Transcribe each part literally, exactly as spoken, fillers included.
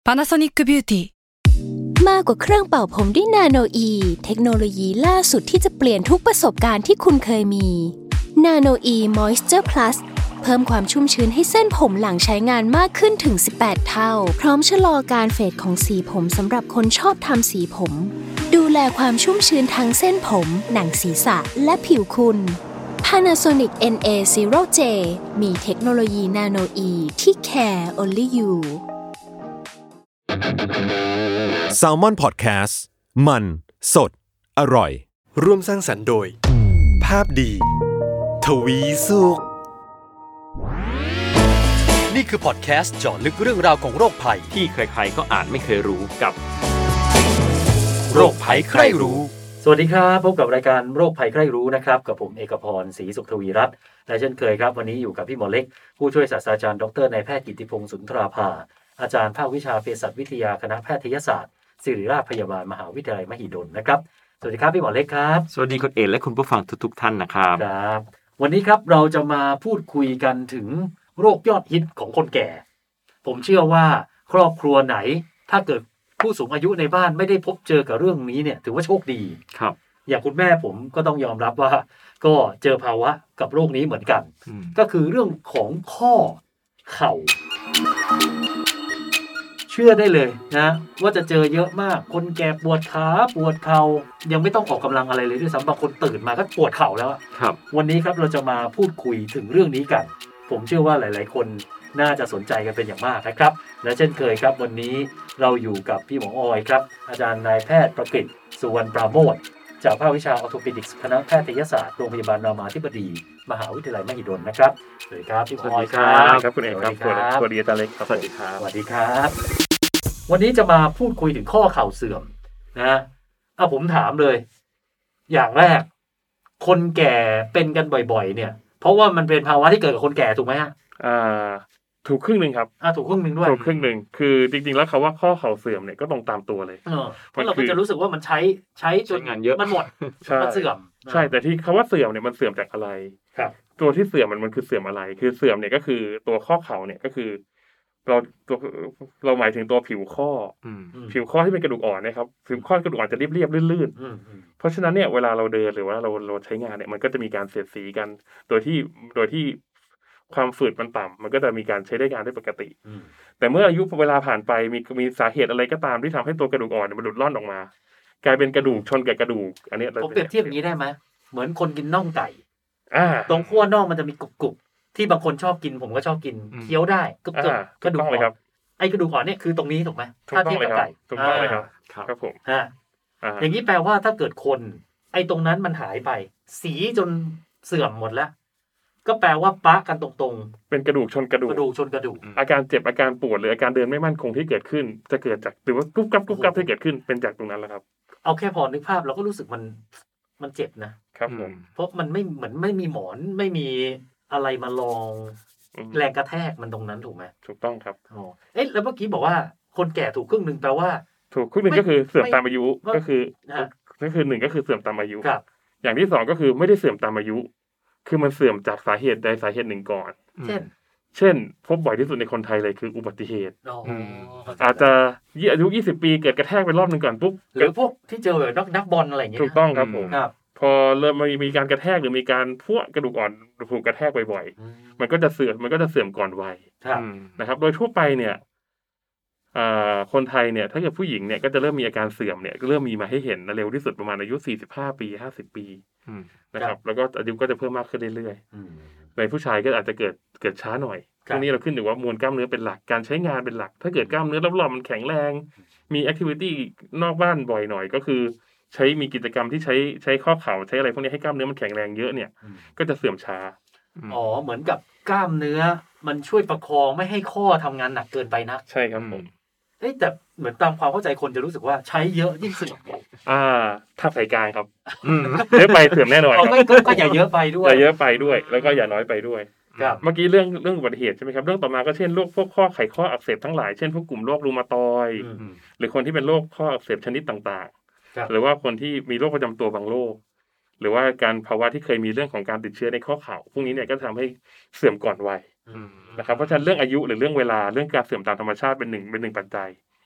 Panasonic Beauty มากกว่าเครื่องเป่าผมด้วยนาโนอีเทคโนโลยีล่าสุดที่จะเปลี่ยนทุกประสบการณ์ที่คุณเคยมีนาโนอีมอยส์เจอร์พลัสเพิ่มความชุ่มชื้นให้เส้นผมหลังใช้งานมากขึ้นถึงสิบแปดเท่าพร้อมชะลอการเฟดของสีผมสำหรับคนชอบทำสีผมดูแลความชุ่มชื้นทั้งเส้นผมหนังศีรษะและผิวคุณ Panasonic เอ็น เอ ศูนย์ เจ มีเทคโนโลยีนาโนอีที่ care only you Salmon Podcast มันสดอร่อยร่วมสร้างสรรค์โดยภาพดีทวีสุขนี่คือพอดแคสต์เจาะลึกเรื่องราวของโรคภัยที่ใครๆก็อาจไม่เคยรู้กับโรคภัยใครรู้สวัสดีครับพบกับรายการโรคภัยใครรู้นะครับกับผมเอกพรศรีสุขทวีรัตน์และเช่นเคยครับวันนี้อยู่กับพี่หมอเล็กผู้ช่วยศาสตราจารย์ดรนายแพทย์กิตติพงษ์สุนทราภาอาจารย์ภาควิชาเภสัชวิทยาคณะแพทยศาสตร์ศิริราชพยาบาลมหาวิทยาลัยมหิดลนะครับสวัสดีครับพี่หมอเล็กครับสวัสดีคุณเอกและคุณผู้ฟังทุกๆท่านนะครับครับวันนี้ครับเราจะมาพูดคุยกันถึงโรคยอดฮิตของคนแก่ผมเชื่อว่าครอบครัวไหนถ้าเกิดผู้สูงอายุในบ้านไม่ได้พบเจอกับเรื่องนี้เนี่ยถือว่าโชคดีครับอย่างคุณแม่ผมก็ต้องยอมรับว่าก็เจอภาวะกับโรคนี้เหมือนกันก็คือเรื่องของข้อเข่าเชื่อได้เลยนะว่าจะเจอเยอะมากคนแก่ปวดขาปวดเข่ายังไม่ต้องออกกำลังอะไรเลยด้วยซ้ำบางคนตื่นมาก็ปวดเข่าแล้วครับวันนี้ครับเราจะมาพูดคุยถึงเรื่องนี้กันผมเชื่อว่าหลายๆคนน่าจะสนใจกันเป็นอย่างมากนะครับและเช่นเคยครับวันนี้เราอยู่กับพี่หมอออยครับอาจารย์นายแพทย์ประกฤษสุวรรณปราโมชจากภาควิชาออร์โทปิดิกส์คณะแพทยศาสตร์โรงพยาบาลรามาธิบดีมหาวิทยาลัยมหิดลนะครับสวัสดีครับพี่หมอออยครับครับคุณเอกครับสวัสดีอาจารย์เล็กครับสวัสดีครับสวัสดีครับวันนี้จะมาพูดคุยถึงข้อเข่าเสื่อมนะเอาผมถามเลยอย่างแรกคนแก่เป็นกันบ่อยๆเนี่ยเพราะว่ามันเป็นภาวะที่เกิดกับคนแก่ถูกไหมฮะอ่าถูกครึ่งนึงครับอ่าถูกครึ่งนึงด้วยถูกครึ่งนึงคือจริงๆแล้วคำว่าข้อเข่าเสื่อมเนี่ยก็ตรงตามตัวเลยเออเพราะเราก็จะรู้สึกว่ามันใช้ใช้จนงานเยอะมันหมดมันเสื่อมใช่แต่ที่คำว่าเสื่อมเนี่ยมันเสื่อมจากอะไรครับตัวที่เสื่อมมันมันคือเสื่อมอะไรคือเสื่อมเนี่ยก็คือตัวข้อเข่าเนี่ยก็คือเราตัวเราหมายถึงตัวผิวข้อผิวข้อที่เป็นกระดูกอ่อนนะครับผิวข้อกระดูกอ่อนจะเรียบๆลื่นๆเพราะฉะนั้นเนี่ยเวลาเราเดินหรือว่าเราเราใช้งานเนี่ยมันก็จะมีการเสียดสีกันโดยที่โดยที่ความฝืดมันต่ำมันก็จะมีการใช้ได้งานได้ปกติแต่เมื่ออายุเวลาผ่านไปมีมีสาเหตุอะไรก็ตามที่ทำให้ตัวกระดูกอ่อนมันหลุดล่อนออกมากลายเป็นกระดูกชนกับกระดูกอันนี้ผมเปรียบเทียบอย่างนี้ได้ไหมเหมือนคนกินน่องไก่อ่าตรงขั้วน่องมันจะมีกรุบๆที่บางคนชอบกินผมก็ชอบกินเคี้ยวได้กรุบๆกระดูกอ่อนไอ้กระดูกอ่อนเนี่ยคือตรงนี้ถูกไหมถ้าเทียบกับไก่ถูกต้องเลยครับครับผมฮะอย่างนี้แปลว่าถ้าเกิดคนไอ้ตรงนั้นมันหายไปสีจนเสื่อมหมดแล้วก็แปลว่าปะกันตรงๆเป็นกระดูกชนกระดูกกระดูกชนกระดูกอาการเจ็บอาการปวดหรืออาการเดินไม่มั่นคงที่เกิดขึ้นจะเกิดจากหรือว่ากุ๊บกับกุ๊บกับที่เกิดขึ้นเป็นจากตรงนั้นแหละครับเอาแค่พอนึกภาพเราก็รู้สึกมันมันเจ็บนะครับผมเพราะมันไม่เหมือนไม่มีหมอนไม่มีอะไรมาลองแรงกระแทกมันตรงนั้นถูกไหมถูกต้องครับอ๋อเอ๊ะแล้วเมื่อกี้บอกว่าคนแก่ถูกครึ่งนึงแปลว่าถูกครึ่งนึงก็คือเสื่อมตามอายุก็คือก็คือหนึ่งก็คือเสื่อมตามอายุอย่างที่สองก็คือไม่ได้เสื่อมตามอายุคือมันเสื่อมจากสาเหตุใดสาเหตุหนึ่งก่อนเช่นเช่นพบบ่อยที่สุดในคนไทยเลยคืออุบัติเหตุอาจจะอายุยี่สิบปีเกิดกระแทกไปรอบนึงก่อนปุ๊บหรือพวกที่เจอแบบนักนักบอลอะไรอย่างเงี้ยถูกต้องครับผมพอเริ่มมีการกระแทกหรือมีการพวกกระดูกอ่อนถูกกระแทกบ่อยๆมันก็จะเสื่อมมันก็จะเสื่อมก่อนวัยนะครับโดยทั่วไปเนี่ยคนไทยเนี่ยถ้าเกิดผู้หญิงเนี่ยก็จะเริ่มมีอาการเสื่อมเนี่ยก็เริ่มมีมาให้เห็นเร็วที่สุดประมาณอายุสี่สิบห้าปีห้าสิบปีนะครับแล้วก็อายุก็จะเพิ่มมากขึ้นเรื่อยๆในผู้ชายก็อาจจะเกิดเกิดช้าหน่อยตรงนี้เราขึ้นอยู่ว่ามวลกล้ามเนื้อเป็นหลักการใช้งานเป็นหลักถ้าเกิดกล้ามเนื้อรอบๆมันแข็งแรงมีแอคทิวิตี้นอกบ้านบ่อยหน่อยก็คือใช้มีกิจกรรมที่ใช้ใช้ข้อเข่าใช้อะไรพวกนี้ให้กล้ามเนื้อมันแข็งแรงเยอะเนี่ยก็จะเสื่อมช้าอ๋อเหมือนกับกล้ามเนื้อมันช่วยประคองไม่ให้ข้อทำงานหนักเกินไปนะใช่ครับผมเอ้แต่เหมือนตามความเข้าใจคนจะรู้สึกว่าใช้เยอะยิ่งเสื่อมอ่าถ้าสายกลางครับเยอะไปเสื่อมแน่นอนก็อย่าเยอะไปด้วยอย่าเยอะไปด้วยแล้วก็อย่าน้อยไปด้วยเมื่อกี้เรื่องเรื่องอุบัติเหตุใช่ไหมครับเรื่องต่อมาก็เช่นโรคพวกข้อไขข้ออักเสบทั้งหลายเช่นพวกกลุ่มโรครูมาตอยด์หรือคนที่เป็นโรคข้ออักเสบชนิดต่างๆหรือว่าคนที่มีโรคประจำตัวบางโรคหรือว่าการภาวะที่เคยมีเรื่องของการติดเชื้อในข้อเข่าพวกนี้เนี่ยก็ทำให้เสื่อมก่อนวัยนะครับเพราะฉะนั้นเรื่องอายุหรือเรื่องเวลาเรื่องการเสื่อมตามธรรมชาติเป็นหนึ่งเป็นหนึ่งปัจจัย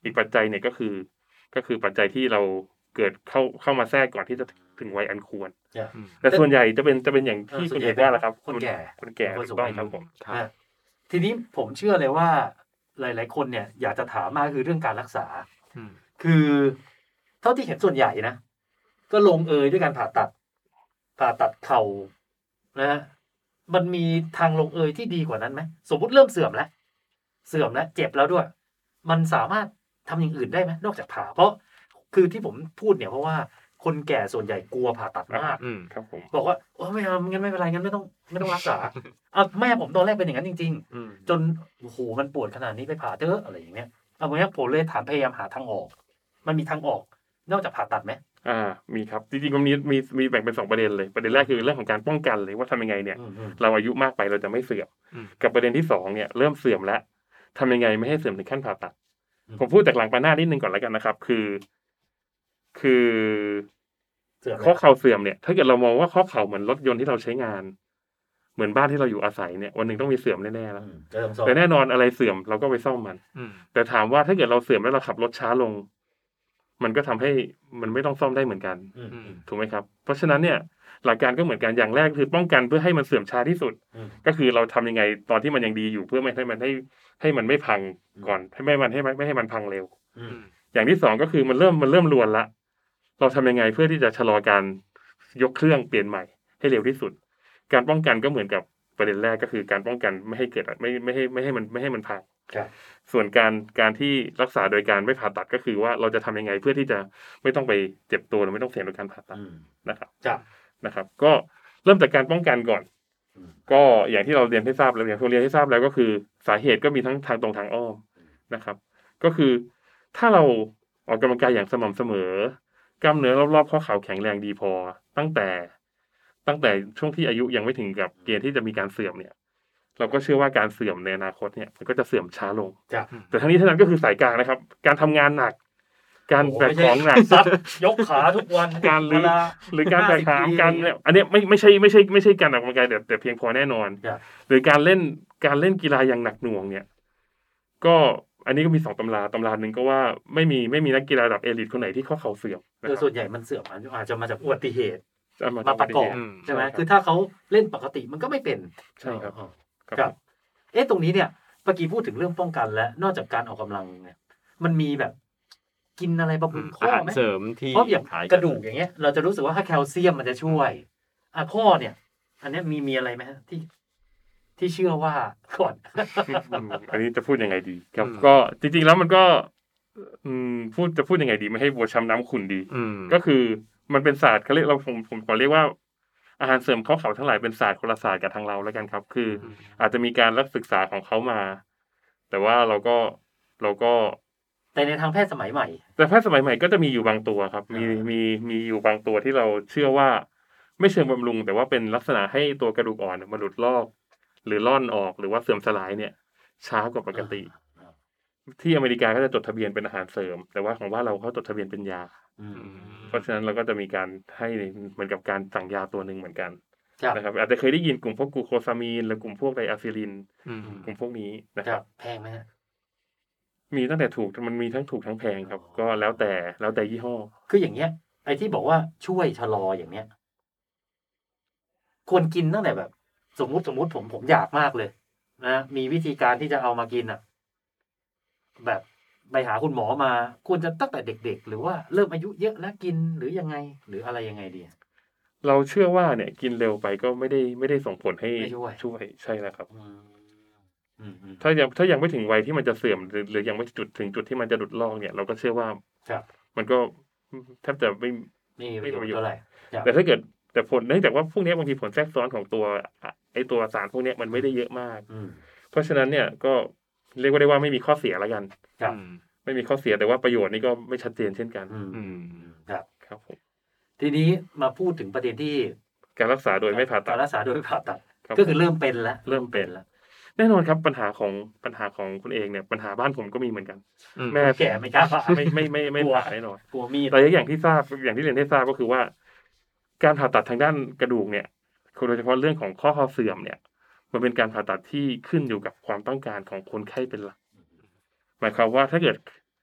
อีกปัจจัยเนี่ยก็คือก็คือปัจจัยที่เราเกิดเข้าเข้ามาแทรกก่อนที่จะถึงวัยอันควรแต่ส่วนใหญ่จะเป็นจะเป็นอย่างที่คุณเอกว่าแหละครับคนแก่คนแก่ถูกต้องครับผมทีนี้ผมเชื่อเลยว่าหลายๆคนเนี่ยอยากจะถามมากคือเรื่องการรักษาคือเท่าที่เห็นส่วนใหญ่นะก็ลงเอยด้วยการผ่าตัดผ่าตัดเข่านะฮะมันมีทางลงเอยที่ดีกว่านั้นไหมสมมุติเริ่มเสื่อมแล้วเสื่อมแล้วเจ็บแล้วด้วยมันสามารถทำอย่างอื่นได้ไหมนอกจากผ่าเพราะคือที่ผมพูดเนี่ยเพราะว่าคนแก่ส่วนใหญ่กลัวผ่าตัดมากครับผมบอกว่าโอ้ไม่เอางั้นไม่เป็นไรงั้นไม่ต้องไม่ต้องรักษาอ่ะแม่ผมตอนแรกเป็นอย่างนั้นจริงๆจนโอ้โหมันปวดขนาดนี้ไปผ่าเถอะอะไรอย่างเงี้ยเอาอย่างเงี้ยผมเลยถามพยายามหาทางออกมันมีทางออกนอกจากผ่าตัดไหมอ่ามีครับจริงๆมันมีมีมีแบ่งเป็นสองประเด็นเลยประเด็นแรกคือเรื่องของการป้องกันเลยว่าทำยังไงเนี่ยเราอายุมากไปเราจะไม่เสื่อมกับประเด็นที่สองเนี่ยเริ่มเสื่อมแล้วทำยังไงไม่ให้เสื่อมถึงขั้นผ่าตัดผมพูดจากหลังปาหน้านิดนึงก่อนแล้วกันนะครับคือคือข้อเข่าเสื่อมเนี่ยถ้าเกิดเรามองว่าข้อเข่าเหมือนรถยนต์ที่เราใช้งานเหมือนบ้านที่เราอยู่อาศัยเนี่ยวันหนึ่งต้องมีเสื่อมแน่ๆแล้วแต่แน่นอนอะไรเสื่อมเราก็ไปซ่อมมันแต่ถามว่าถ้าเกิดเราเสื่อมแล้วเราขับรถช้าลงมันก็ทำให้มันไม่ต้องซ่อมได้เหมือนกันถูกไหมครับเพราะฉะนั้นเนี่ยหลักการก็เหมือนกันอย่างแรกคือป้องกันเพื่อให้มันเสื่อมช้าที่สุดก็คือเราทำยังไงตอนที่มันยังดีอยู่เพื่อไม่ให้มันให้ให้มันไม่พังก่อนให้ไม่มันให้ไม่ให้มันพังเร็วอย่างที่สองก็คือมันเริ่มมันเริ่มรวนละเราทำยังไงเพื่อที่จะชะลอการยกเครื่องเปลี่ยนใหม่ให้เร็วที่สุดการป้องกันก็เหมือนกับประเด็นแรกก็คือการป้องกันไม่ให้เกิดไม่ไม่ให้ไม่ให้มันไม่ให้มันพังส่วนการการที่รักษาโดยการไม่ผ่าตัดก็คือว่าเราจะทำยังไงเพื่อที่จะไม่ต้องไปเจ็บตัวหรือไม่ต้องเสี่ยงโดยการผ่าตัดนะครับนะครับก็เริ่มจากการป้องกันก่อนก็อย่างที่เราเรียนให้ทราบแล้วอย่างที่เรียนให้ทราบแล้วก็คือสาเหตุก็มีทั้งทางตรงทางอ้อมนะครับก็คือถ้าเราออกกำลังกายอย่างสม่ำเสมอกล้ามเนื้อรอบๆข้อเข่าแข็งแรงดีพอตั้งแต่ตั้งแต่ช่วงที่อายุยังไม่ถึงกับเกณฑ์ที่จะมีการเสื่อมเนี่ยเราก็เชื่อว่าการเสื่อมในอนาคตเนี่ยมันก็จะเสื่อมช้าลงแต่ทั้งนี้ทั้งนั้นก็คือสายกลางนะครับการทำงานหนักการแบกของหนักยกขาทุกวันการหรือหรือการแบกหามการเนี่ยอันนี้ไม่ไม่ใช่ไม่ใช่ไม่ใช่การออกกำลังกายแต่แต่เพียงพอแน่นอนหรือการเล่นการเล่นกีฬาอย่างหนักหน่วงเนี่ยก็อันนี้ก็มีสองตำราตำราหนึ่งก็ว่าไม่มีไม่มีนักกีฬาระดับเอลิทคนไหนที่ข้อเข่าเสื่อมโดยส่วนใหญ่มันเสื่อมอาจจะมาจากอุบัติเหตุมาประกอบใช่ไหมคือถ้าเขาเล่นปกติมันก็ไม่เป็นใช่ครับครับเอ๊ะตรงนี้เนี่ยเมื่อกี้พูดถึงเรื่องป้องกันและนอกจากการออกกำลังเนี่ยมันมีแบบกินอะไรบำรุงข้อไหมเสริมที่เพราะอย่างกระดูกอย่างเงี้ยเราจะรู้สึกว่าถ้าแคลเซียมมันจะช่วยอ่ะข้อเนี่ยอันนี้มีมีอะไรไหมที่ที่เชื่อว่าก่อนอันนี้จะพูดยังไงดีครับก็จริงๆแล้วมันก็อืมพูดจะพูดยังไงดีไม่ให้บัวช้ำน้ำขุ่นดีก็คือมันเป็นศาสตร์เขาเรียกเราผมผมขอเรียกว่าอาหารเสริมข้อเข่าทั้งหลายเป็นศาสตร์คนละศาสตร์กับทางเราแล้วกันครับคืออาจจะมีการรักศึกษาของเขามาแต่ว่าเราก็เราก็แต่ในทางแพทย์สมัยใหม่แต่แพทย์สมัยใหม่ก็จะมีอยู่บางตัวครับมีมีมีอยู่บางตัวที่เราเชื่อว่าไม่เชิงบำรุงแต่ว่าเป็นลักษณะให้ตัวกระดูกอ่อนมันหลุดลอกหรือล่อนออกหรือว่าเสื่อมสลายเนี่ยช้ากว่าปกติที่อเมริกาก็จะจดทะเบียนเป็นอาหารเสริมแต่ว่าของว่าเราเขาจดทะเบียนเป็นยาเพราะฉะนั้นเราก็จะมีการให้เหมือนกับการสั่งยาตัวหนึ่งเหมือนกันนะครับอาจจะเคยได้ยินกลุ่มพวกกลูโคซามีนหรือกลุ่มพวกไดอะซิลินกลุ่มพวกนี้นะครับแพงไหมมีตั้งแต่ถูกมันมีทั้งถูกทั้งแพงครับก็แล้วแต่แล้วแต่ยี่ห้อคืออย่างเงี้ยไอ้ที่บอกว่าช่วยชะลออย่างเนี้ยควรกินตั้งแต่แบบสมมุติสมมุติผมผมอยากมากเลยนะมีวิธีการที่จะเอามากินอ่ะแบบไปหาคุณหมอมาควรจะตั้งแต่เด็กๆหรือว่าเริ่มอายุเยอะแล้วกินหรือยังไงหรืออะไรยังไงดีเราเชื่อว่าเนี่ยกินเร็วไปก็ไม่ได้ไม่ได้ส่งผลให้ช่วยใช่แล้วครับถ้ายังถ้ายังไม่ถึงวัยที่มันจะเสื่อมหรือหรือยังไม่จุดถึงจุดที่มันจะหลุดลอกเนี่ยเราก็เชื่อว่ามันก็แทบจะไม่ไม่ประโยชน์เท่าไหร่แต่ถ้าเกิดแต่ผลเนื่องจากว่าพวกนี้บางทีผลแทรกซ้อนของตัวไอ้ตัวสารพวกนี้มันไม่ได้เยอะมากเพราะฉะนั้นเนี่ยก็เรียกว่าได้ว่าไม่มีข้อเสียแล้วกันไม่มีข้อเสียแต่ว่าประโยชน์นี่ก็ไม่ชัดเจนเช่นกันครับครับผมทีนี้มาพูดถึงประเด็นที่การรักษาโดยไม่ผ่าตัดการรักษาโดยไม่ผ่าตัดก็คือเริ่มเป็นแล้วเริ่มเป็นแล้วแน่นอนครับปัญหาของปัญหาของคุณเองเนี่ยปัญหาบ้านผมก็มีเหมือนกันแม่แก่ไม่กล้าไม่ไม่ไม่ไม่ผ่าแน่นอนกลัวมีดแต่อย่างที่ทราบอย่างที่เรียนได้ทราบก็คือว่าการผ่าตัดทางด้านกระดูกเนี่ยโดยเฉพาะเรื่องของข้อเข่าเสื่อมเนี่ยมันเป็นการผ่าตัดที่ขึ้นอยู่กับความต้องการของคนไข้เป็นหลักหมายความว่าถ้าเกิด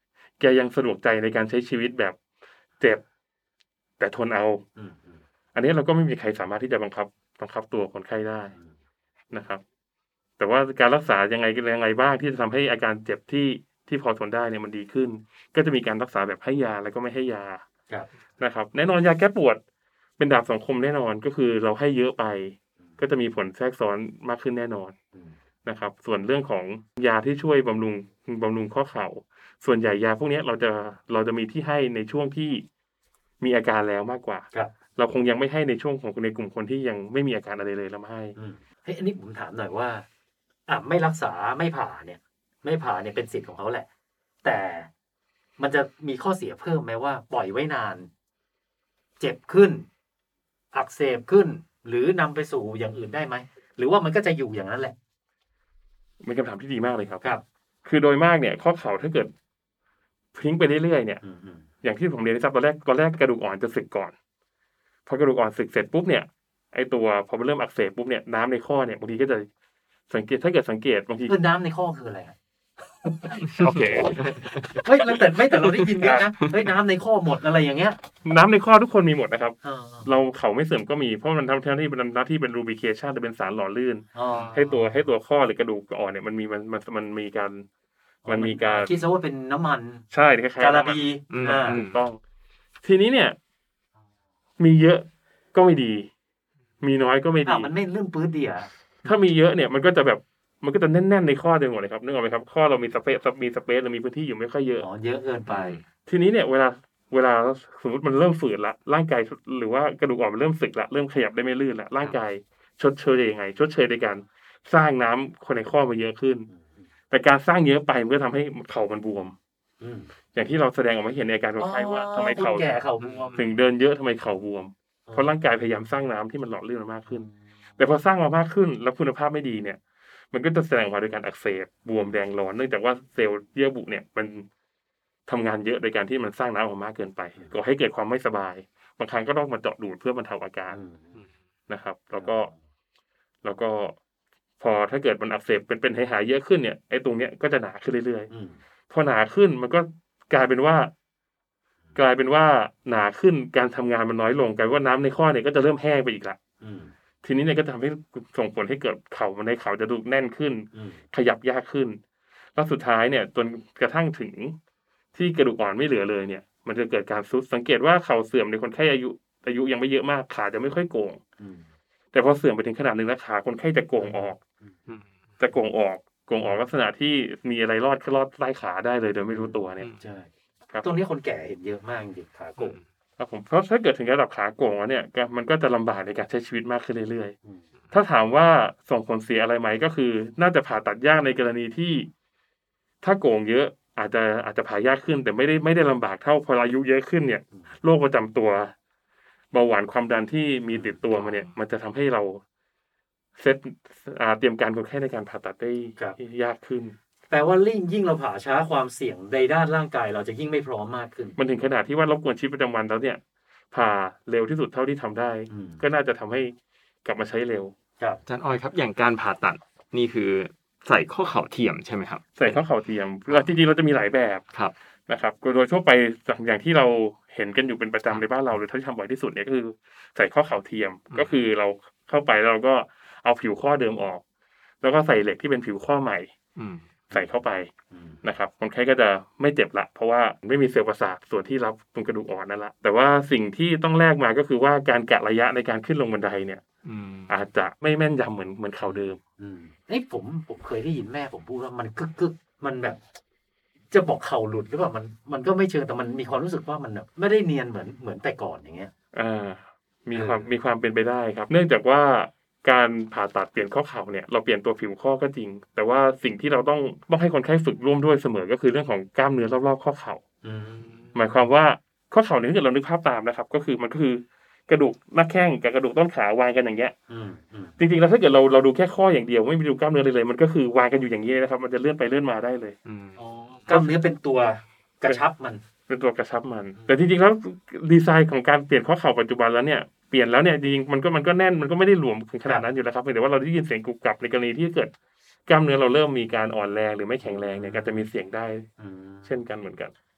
แกยังสะดวกใจในการใช้ชีวิตแบบเจ็บแต่ทนเอาอันนี้เราก็ไม่มีใครสามารถที่จะบังคับบังคับตัวคนไข้ได้นะครับแต่ว่าการรักษายังไงยังไงบ้างที่จะทำให้อาการเจ็บที่ที่พอทนได้เนี่ยมันดีขึ้นก็จะมีการรักษาแบบให้ยาแล้วก็ไม่ให้ยานะครับแน่นอนยาแก้ปวดเป็นดาบสองคมแน่นอนก็คือเราให้เยอะไปก็จะมีผลแทรกซ้อนมากขึ้นแน่นอนนะครับส่วนเรื่องของยาที่ช่วยบำรุงบำรุงข้อเข่าส่วนใหญ่ยาพวกนี้เราจะเราจะมีที่ให้ในช่วงที่มีอาการแล้วมากกว่าเราคงยังไม่ให้ในช่วงของในกลุ่มคนที่ยังไม่มีอาการอะไรเลยเราไม่ให้เฮ้ยอันนี้ผมถามหน่อยว่าอ่ะไม่รักษาไม่ผ่าเนี่ยไม่ผ่าเนี่ยเป็นสิทธิ์ของเขาแหละแต่มันจะมีข้อเสียเพิ่มไหมว่าปล่อยไว้นานเจ็บขึ้นอักเสบขึ้นหรือนำไปสู่อย่างอื่นได้ไหมหรือว่ามันก็จะอยู่อย่างนั้นแหละเป็นคำถามที่ดีมากเลยครับครับคือโดยมากเนี่ยข้อเข่าถ้าเกิดทิ้งไปเรื่อยๆเนี่ยอย่างที่ผมเรียนให้ทราบตอนแรกตอนแรกกระดูกอ่อนจะสึกก่อนพอกระดูกอ่อนสึกเสร็จปุ๊บเนี่ยไอตัวพอมันเริ่มอักเสบปุ๊บเนี่ยน้ำในข้อเนี่ยบางทีก็จะสังเกตถ้าเกิดสังเกตบางทีคือน้ำในข้อคืออะไรโอเคเฮ้ยแต่ไม่แต่เราได้ยินกันนะเฮ้ยน้ำในข้อหมดอะไรอย่างเงี้ยน้ำในข้อทุกคนมีหมดนะครับเราเข่าไม่เสื่อมก็มีเพราะมันทำหน้าที่เป็นหน้าที่เป็นรูบิเคชันจะเป็นสารหล่อลื่นให้ตัวให้ตัวข้อหรือกระดูกอ่อนเนี่ยมันมีมันมันมันมีการมันมีการคิดซะว่าเป็นน้ำมันใช่คล้ายๆกาลาบีถูกต้องทีนี้เนี่ยมีเยอะก็ไม่ดีมีน้อยก็ไม่ดีมันไม่เรื่องปื้ดดีอ่ะถ้ามีเยอะเนี่ยมันก็จะแบบมันก็จะแน่นๆในข้อเดียวหมดเลยครับนึกออกไหมครับข้อเรามีสเปซมีสเปซเรามีพื้นที่อยู่ไม่ค่อยเยอะอ๋อเยอะเกินไปทีนี้เนี่ยเวลาเวลาสมมติมันเริ่มฝืดละร่างกายหรือว่ากระดูกอ่อนมันเริ่มสึกละเริ่มขยับได้ไม่ลื่นละร่างกายชดเชยยังไงชดเชยในการสร้างน้ำคนในข้อมาเยอะขึ้นแต่การสร้างเยอะไปมันก็ทำให้เข่ามันบวมอย่างที่เราแสดงออกมาเห็นในอาการคนไข้ว่าทำไมเข่าถึงเดินเยอะทำไมเข่าบวมเพราะร่างกายพยายามสร้างน้ำที่มันหล่อลื่นมากขึ้นแต่พอสร้างมามากขึ้นแล้วคุณภาพไม่ดีเนี่ยมันก็จะแสดงออกมาโดยการอักเสบบวมแดงร้อนเนื่องจากว่าเซลล์เยื่อบุเนี่ยมันทำงานเยอะโดยการที่มันสร้างน้ำออกมากเกินไปก่อให้เกิดความไม่สบายบางครั้งก็ต้องมาเจาะดูดเพื่อบรรเทาอาการนะครับแล้วก็แล้วก็พอถ้าเกิดมันอักเสบเป็นเป็นหายๆเยอะขึ้นเนี่ยไอ้ตรงเนี้ยก็จะหนาขึ้นเรื่อยๆพอหนาขึ้นมันก็กลายเป็นว่ากลายเป็นว่าหนาขึ้นการทำงานมันน้อยลงกลายว่าน้ำในข้อเนี่ยก็จะเริ่มแห้งไปอีกละทีนี้เนี่ยก็ทำให้ส่งผลให้เกิดเข่ามันในเข่าจะดูแน่นขึ้นขยับยากขึ้นแล้วสุดท้ายเนี่ยจนกระทั่งถึงที่กระดูกอ่อนไม่เหลือเลยเนี่ยมันจะเกิดการทรุดสังเกตว่าเข่าเสื่อมในคนไข้อายุอายุยังไม่เยอะมากขาจะไม่ค่อยโก่งแต่พอเสื่อมไปถึงขนาดนึงแล้วขาคนไข้จะโก่งออกจะโก่งออกโก่งออกลักษณะที่มีอะไรรอดก็รอดใต้ขาได้เลยโดยไม่รู้ตัวเนี่ยใช่ตรงนี้คนแก่เห็นเยอะมากจริงขาโก่งครับผมเพราะถ้าเกิดถึงระดับขาโก่งแล้วเนี่ยมันก็จะลำบากในการใช้ชีวิตมากขึ้นเรื่อยๆถ้าถามว่าส่งผลเสียอะไรไหมก็คือน่าจะผ่าตัดยากในกรณีที่ถ้าโก่งเยอะอาจจะอาจจะผ่ายากขึ้นแต่ไม่ได้ไม่ได้ลำบากเท่าพออายุเยอะขึ้นเนี่ยโรคประจำตัวเบาหวานความดันที่มีติดตัวมาเนี่ยมันจะทำให้เราเซตเตรียมการคนไข้ในการผ่าตัดได้ยากขึ้นแปลว่ายิ่งยิ่งเราผ่าช้าความเสี่ยงในด้านร่างกายเราจะยิ่งไม่พร้อมมากขึ้นมันถึงขนาดที่ว่ารบกวนชีวิตประจำวันแล้วเนี่ยผ่าเร็วที่สุดเท่าที่ทำได้ก็น่าจะทำให้กลับมาใช้เร็วครับอาจารย์ออยครับอย่างการผ่าตัดนี่คือใส่ข้อเข่าเทียมใช่ไหมครับใส่ข้อเข่าเทียมคือจริงๆเราจะมีหลายแบบครับนะครับโดยทั่วไปอย่างที่เราเห็นกันอยู่เป็นประจำในบ้านเราหรือที่ทำบ่อยที่สุดเนี่ยก็คือใส่ข้อเข่าเทียมก็คือเราเข้าไปแล้วเราก็เอาผิวข้อเดิมออกแล้วก็ใส่เหล็กที่เป็นผิวข้อใหม่ใส่เข้าไปนะครับคนไข้ก็จะไม่เจ็บละเพราะว่าไม่มีเซลล์ประสาทส่วนที่รับตรงกระดูกอ่อนนั่นละแต่ว่าสิ่งที่ต้องแลกมาก็คือว่าการกะระยะในการขึ้นลงบันไดเนี่ยอาจจะไม่แม่นยำเหมือนเหมือนเข่าเดิมไอ้ผมผมเคยได้ยินแม่ผมพูดว่ามันกึกกึกมันแบบจะบอกเข่าหลุดหรือเปล่ามันมันก็ไม่เชิงแต่มันมีความรู้สึกว่ามันแบบไม่ได้เนียนเหมือนเหมือนแต่ก่อนอย่างเงี้ยอ่ามีความมีความเป็นไปได้ครับเนื่องจากว่าการผ่าตัดเปลี่ยนข้อเข่าเนี่ยเราเปลี่ยนตัวผิวข้อก็จริงแต่ว่าสิ่งที่เราต้องต้องให้คนไข้ฝึกร่วมด้วยเสมอก็คือเรื่องของกล้ามเนื้อรอบๆข้อเข่าหมายความว่าข้อเข่าเนี่ยถ้าเกิดเรานึกภาพตามนะครับก็คือมันก็คือกระดูกหน้าแข้งกับกระดูกต้นขาวางกันอย่างเงี้ยจริงๆแล้วถ้าเกิดเราเราดูแค่ข้ออย่างเดียวไม่มีดูกล้ามเนื้อเลยเลยมันก็คือวางกันอยู่อย่างนี้นะครับมันจะเลื่อนไปเลื่อนมาได้เลยกล้ามเนื้อเป็นตัวกระชับมันเป็นตัวกระชับมันแต่จริงๆแล้วดีไซน์ของการเปลี่ยนข้อเข่าปัจจุบันแล้วเนี่ยเปลี่ยนแล้วเนี่ยจริงๆมันก็มันก็แน่นมันก็ไม่ได้หลวมถึงขนาดนั้นอยู่แล้วครับแต่ว่าเราได้ยินเสียงกรุบกรับในกรณีที่เกิดกล้ามเนื้อเราเริ่มมีการอ่อนแรงหรือไม่แข็งแรงเนี่ยก็จะมีเสียงได้เช่นกันเหมือนกัน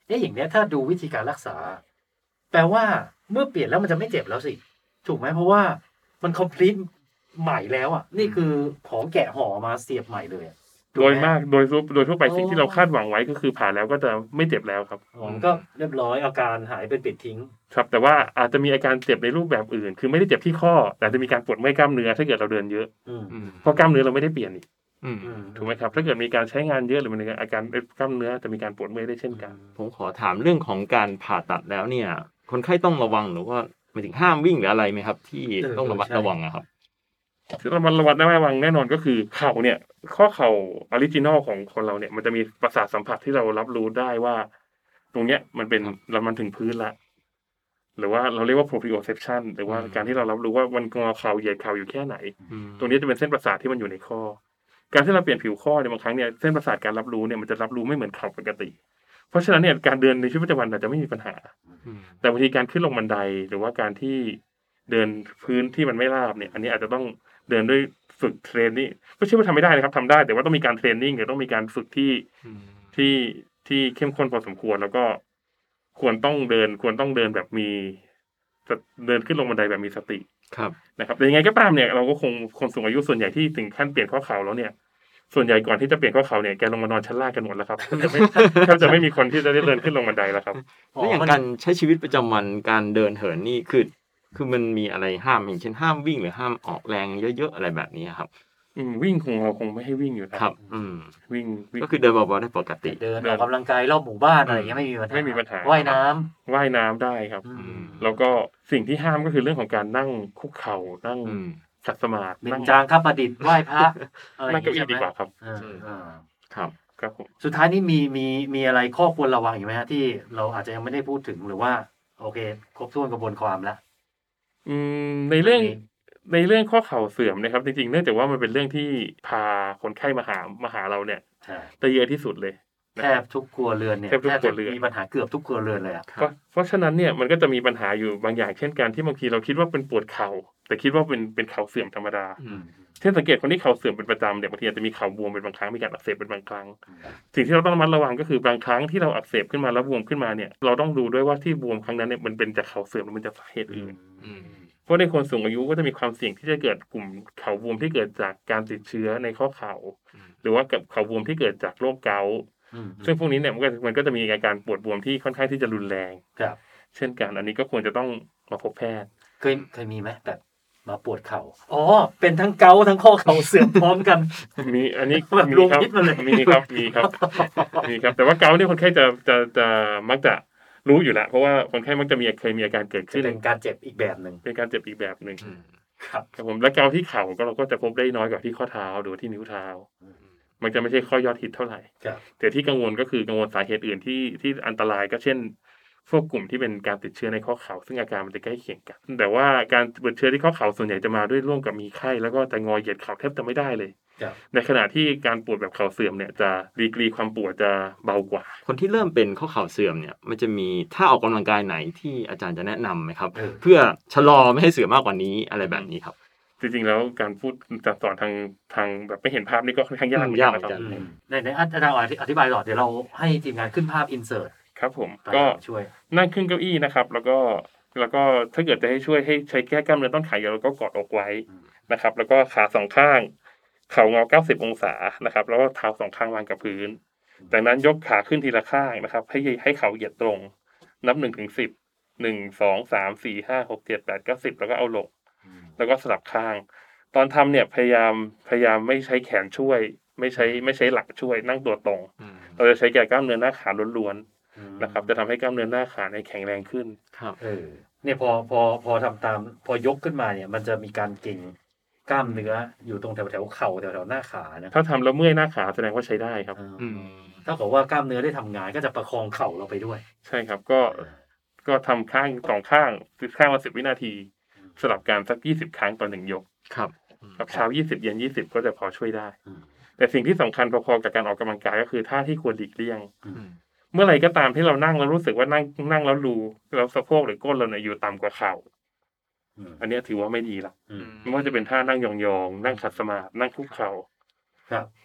เอ๊ะอย่างเนี้ยถ้าดูวิธีการรักษาแปลว่าเมื่อเปลี่ยนแล้วมันจะไม่เจ็บแล้วสิถูกไหมเพราะว่ามัน complete ใหม่แล้วอ่ะนี่คือของแกะห่อมาเสียบใหม่เลยโดยมากโดยโดยทั่วไปสิ่งที่เราคาดหวังไว้ก็คือผ่าแล้วก็จะไม่เจ็บแล้วครับอ๋อก็เรียบร้อยอาการหายเป็นปิดทิ้งครับแต่ว่าอาจจะมีอาการเจ็บในรูปแบบอื่นคือไม่ได้เจ็บที่ข้อแต่จะมีการปวดเมื่อยกล้ามเนื้อถ้าเกิดเราเดินเยอะเพราะกล้ามเนื้อเราไม่ได้เปลี่ยนอีกถูกไหมครับถ้าเกิดมีการใช้งานเยอะหรือมีอาการกล้ามเนื้อจะมีการปวดเมื่อยได้เช่นกันผมขอถามเรื่องของการผ่าตัดแล้วเนี่ยคนไข้ต้องระวังหรือว่าหมายถึงห้ามวิ่งหรืออะไรไหมครับที่ต้องระมัดระวังนะครับที่เรามันระวัดระวังแน่นอนก็คือเข่าเนี่ยข้อเข่าออริจินอลของคนเราเนี่ยมันจะมีประสาทสัมผัสที่เรารับรู้ได้ว่าตรงเนี้ยมันเป็นเรามันถึงพื้นละหรือว่าเราเรียกว่า proprioception หรือว่าการที่เรารับรู้ว่ามันงอเข่าเหยียดเข่าอยู่แค่ไหนตรงนี้จะเป็นเส้นประสาทที่มันอยู่ในข้อการที่เราเปลี่ยนผิวข้อเนี่ยบางครั้งเนี่ยเส้นประสาทการรับรู้เนี่ยมันจะรับรู้ไม่เหมือนเข่าปกติเพราะฉะนั้นเนี่ยการเดินในชีวิตประจำวันอาจจะไม่มีปัญหาแต่บางทีการขึ้นลงบันไดหรือว่าการที่เดินพื้นที่มันไม่ราบเนี่ยอันนี้อาจจะต้องเดินด้วยฝึกเทรนนิ่งไม่ใช่ว่าทำไม่ได้นะครับทำได้แต่ว่าต้องมีการเทรนนิ่งหรือต้องมีการฝึกที่ที่ที่เข้มข้นพอสมควรแล้วก็ควรต้องเดินควรต้องเดินแบบมีเดินขึ้นลงบันไดแบบมีสติครับนะครับแต่ยังไงก็ตามเนี่ยเราก็คงคนสูงอายุส่วนใหญ่ที่ถึงขั้นเปลี่ยนข้อเข่าแล้วเนี่ยส่วนใหญ่ก่อนที่จะเปลี่ยนข้อเข่าเนี่ยแกลงมานอนชั้นล่างกันหมดแล้วครับแทบจะไม่มีคนที่จะได้เดินขึ้นลงบันไดแล้วครับแล้วอย่างการใช้ชีวิตประจำวันการเดินเหินนี่คือคือมันมีอะไรห้ามอย่างเช่นห้ามวิ่งหรือห้ามออกแรงเยอะๆอะไรแบบนี้ครับอืมวิ่งคงเราคงไม่ให้วิ่งอยู่นะครับอืมวิ่งก็คือเดินเบาๆได้ปกติเดินออกกำลังกายรอบหมู่บ้านอะไรอย่างเงี้ยไม่มีปัญหาไม่มีปัญหาว่ายน้ำว่ายน้ำได้ครับแล้วก็สิ่งที่ห้ามก็คือเรื่องของการนั่งคุกเข่านั่งขัดสมาธินั่งจางครับประดิษฐ์ไหว้พระอะไรนั่งเก้าอี้ดีกว่าครับครับครับผมสุดท้ายนี้มีมีมีอะไรข้อควรระวังอยู่ไหมฮะที่เราอาจจะยังไม่ได้พูดถึงหรือว่าโอเคครบถ้วนกระบวนความแล้วอืมในเรื่องในเรื่องข้อเข่าเสื่อมนะครับจริงๆเนื่องจากว่ามันเป็นเรื่องที่พาคนไข้มาหามาหาเราเนี่ยได้เยอะที่สุดเลยแทบทุกครัวเรือนเนี่ยแทบจะมีปัญหาเกือบทุกครัวเรือนเลยอ่ะเพราะฉะนั้นเนี่ยมันก็จะมีปัญหาอยู่บางอย่างเช่นการที่บางทีเราคิดว่าเป็นปวดเข่าแต่คิดว่าเป็นเป็นเข่าเสื่อมธรรมดาเช่นสังเกตคนที่เข่าเสื่อมเป็นประจำเนี่ยบางทีอาจจะมีเข่าบวมเป็นบางครั้งมีการอักเสบเป็นบางครั้งสิ่งที่เราต้องระมัดระวังก็คือบางครั้งที่เราอักเสบขึ้นมาแล้วบวมขึ้นมาเนี่ยเราต้องดูด้วยว่าที่บวมครั้งนั้นเนี่ยมันเป็นจากเข่าเสื่อมหรือมันจากสาเหตุอื่นเพราะในคนสูงอายุก็จะมีความเสี่ยงที่จะเกิดกลุ่มเข่าบวมที่เกิดจากการติดเชื้อในข้อเข่าหรือว่ากับเข่าบวมที่เกิดจากโรคเกาต์ซึ่งพวกนี้เนี่ยมันก็มันก็จะมีอาการปวดบวมที่ค่อนข้างที่จะรุนแรงเช่นกันอันนี้ก็ควรจะต้องมาพบแพทย์เคยเคยมีไหมแบบมาปวดเข่าอ๋อเป็นทั้งเกาต์ทั้งข้อเข่าเสื่อมพร้อมกันมีอันนี้มีครับมีครับมีครับมีครับแต่ว่าเกาต์นี่คนไข้จะจะจะมักจะรู้อยู่แล้วเพราะว่าคนไข้มักจะมีเคยมีอาการเกิดขึ้นเป็นการเจ็บอีกแบบนึงเป็นการเจ็บอีกแบบนึงครับครับผมและเกาที่เข่าก็เราก็จะพบได้น้อยกว่าที่ข้อเท้าหรือที่นิ้วเท้ามันจะไม่ใช่ข้อยอดฮิตเท่าไหร่แต่ที่กังวลก็คือกังวลสาเหตุอื่นที่ที่อันตรายก็เช่นพวกกลุ่มที่เป็นการติดเชื้อในข้อเข่าซึ่งอาการมันจะใกล้เคียงกันแต่ว่าการติดเชื้อที่ข้อเข่าส่วนใหญ่จะมาด้วยร่วมกับมีไข้แล้วก็จะงอเหยียดเข่าแทบจะไม่ได้เลยในขณะที่การปวดแบบเข่าเสื่อมเนี่ยจะดีกรีความปวดจะเบากว่าคนที่เริ่มเป็นข้อเข่าเสื่อมเนี่ยมันจะมีท่าออกกำลังกายไหนที่อาจารย์จะแนะนำไหมครับเพื่อชะลอไม่ให้เสื่อมมากกว่านี้อะไรแบบนี้ครับจริงๆแล้วการพูดจะสอนทางทางแบบไม่เห็นภาพนี่ก็ค่อนข้างยากเหมือนกันนะครับในในอาจารย์อธิบายต่อเดี๋ยวเราให้ทีมงานขึ้นภาพอินเสิร์ตครับผมก็ช่วยนั่งขึ้นเก้าอี้นะครับแล้วก็แล้วก็ถ้าเกิดจะให้ช่วยให้ใช้แก้กล้ามเนื้อต้นขาเราก็กอดอกไว้นะครับแล้วก็ขาสองข้างเข่างอเก้าสิบองศานะครับแล้วก็เท้าสองข้างวางกับพื้นจากนั้นยกขาขึ้นทีละข้างนะครับให้ให้เข่าเหยียดตรงนับหนึ่งถึงสิบหนึ่งสองสามสี่ห้าหกเจ็ดแปดเก้าสิบแล้วก็เอาลงแล้วก็สลับข้างตอนทำเนี่ยพยายามพยายามไม่ใช้แขนช่วยไม่ใช้ไม่ใช้หลักช่วยนั่งตัวตรงเราจะใช้แก่กล้ามเนื้อหน้าขาล้วนๆนะครับจะทำให้กล้ามเนื้อหน้าขาในแข็งแรงขึ้นครับเออเนี่ยพอพอพอทำตามพอยกขึ้นมาเนี่ยมันจะมีการเก่งกล้ามเนื้ออยู่ตรงแถวแถวเข่าแถวแถวหน้าขานะถ้าทำแล้วเมื่อยหน้าขาแสดงว่าใช้ได้ครับถ้าเกิดว่ากล้ามเนื้อได้ทำงานก็จะประคองเข่าเราไปด้วยใช่ครับก็ก็ทำข้างสองข้างข้างละสิบวินาทีสลับกันสักยี่สิบครั้งต่อหนึ่งยกครับกับเช้ายี่สิบเย็นยี่สิบก็จะพอช่วยได้แต่สิ่งที่สำคัญพอๆกับการออกกำลังกายก็คือท่าที่ควรหลีกเลี่ยงเมื่อไหร่ก็ตามที่เรานั่งแล้วรู้สึกว่านั่งนั่งแล้วรูแล้วสะโพกหรือก้นเราเนี่ยอยู่ต่ำกว่าเข่าอันนี้ถือว่าไม่ดีละไม่ว่าจะเป็นท่านั่งยองๆนั่งขัดสมาธินั่งคุกเข่า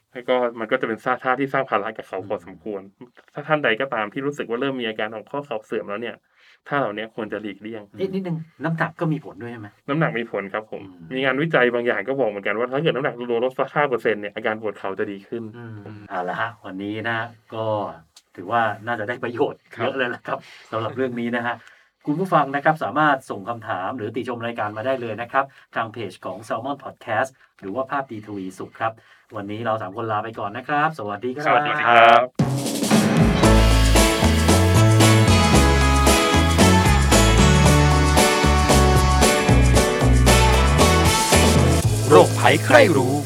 แล้วก็มันก็จะเป็นท่าที่สร้างภาระกับเขาพอสมควรถ้าท่านใดก็ตามที่รู้สึกว่าเริ่มมีอาการของข้อเข่าเสื่อมแล้วเนี่ยท่าเหล่านี้ควรจะหลีกเลี่ยงนิดนึงน้ำหนักก็มีผลด้วยใช่ไหมน้ำหนักมีผลครับผมมีงานวิจัยบางอย่างก็บอกเหมือนกันว่าถ้าเกิดน้ำหนักลดสักห้าเปอร์เซ็นต์เนี่ยอาการปวดเข่าจะดีขึ้นเอาละฮะวันนี้นะก็ถือว่าน่าจะได้ประโยชน์เยอะเลยนะครับสำหรับเรื่องนี้นะฮะคุณผู้ฟังนะครับสามารถส่งคำถามหรือติชมรายการมาได้เลยนะครับทางเพจของ Salmon Podcast หรือว่าภาพดีทวีสุขครับวันนี้เราสามคนลาไปก่อนนะครับสวัสดีครับสวัสดีครับโรคภัยใครรู้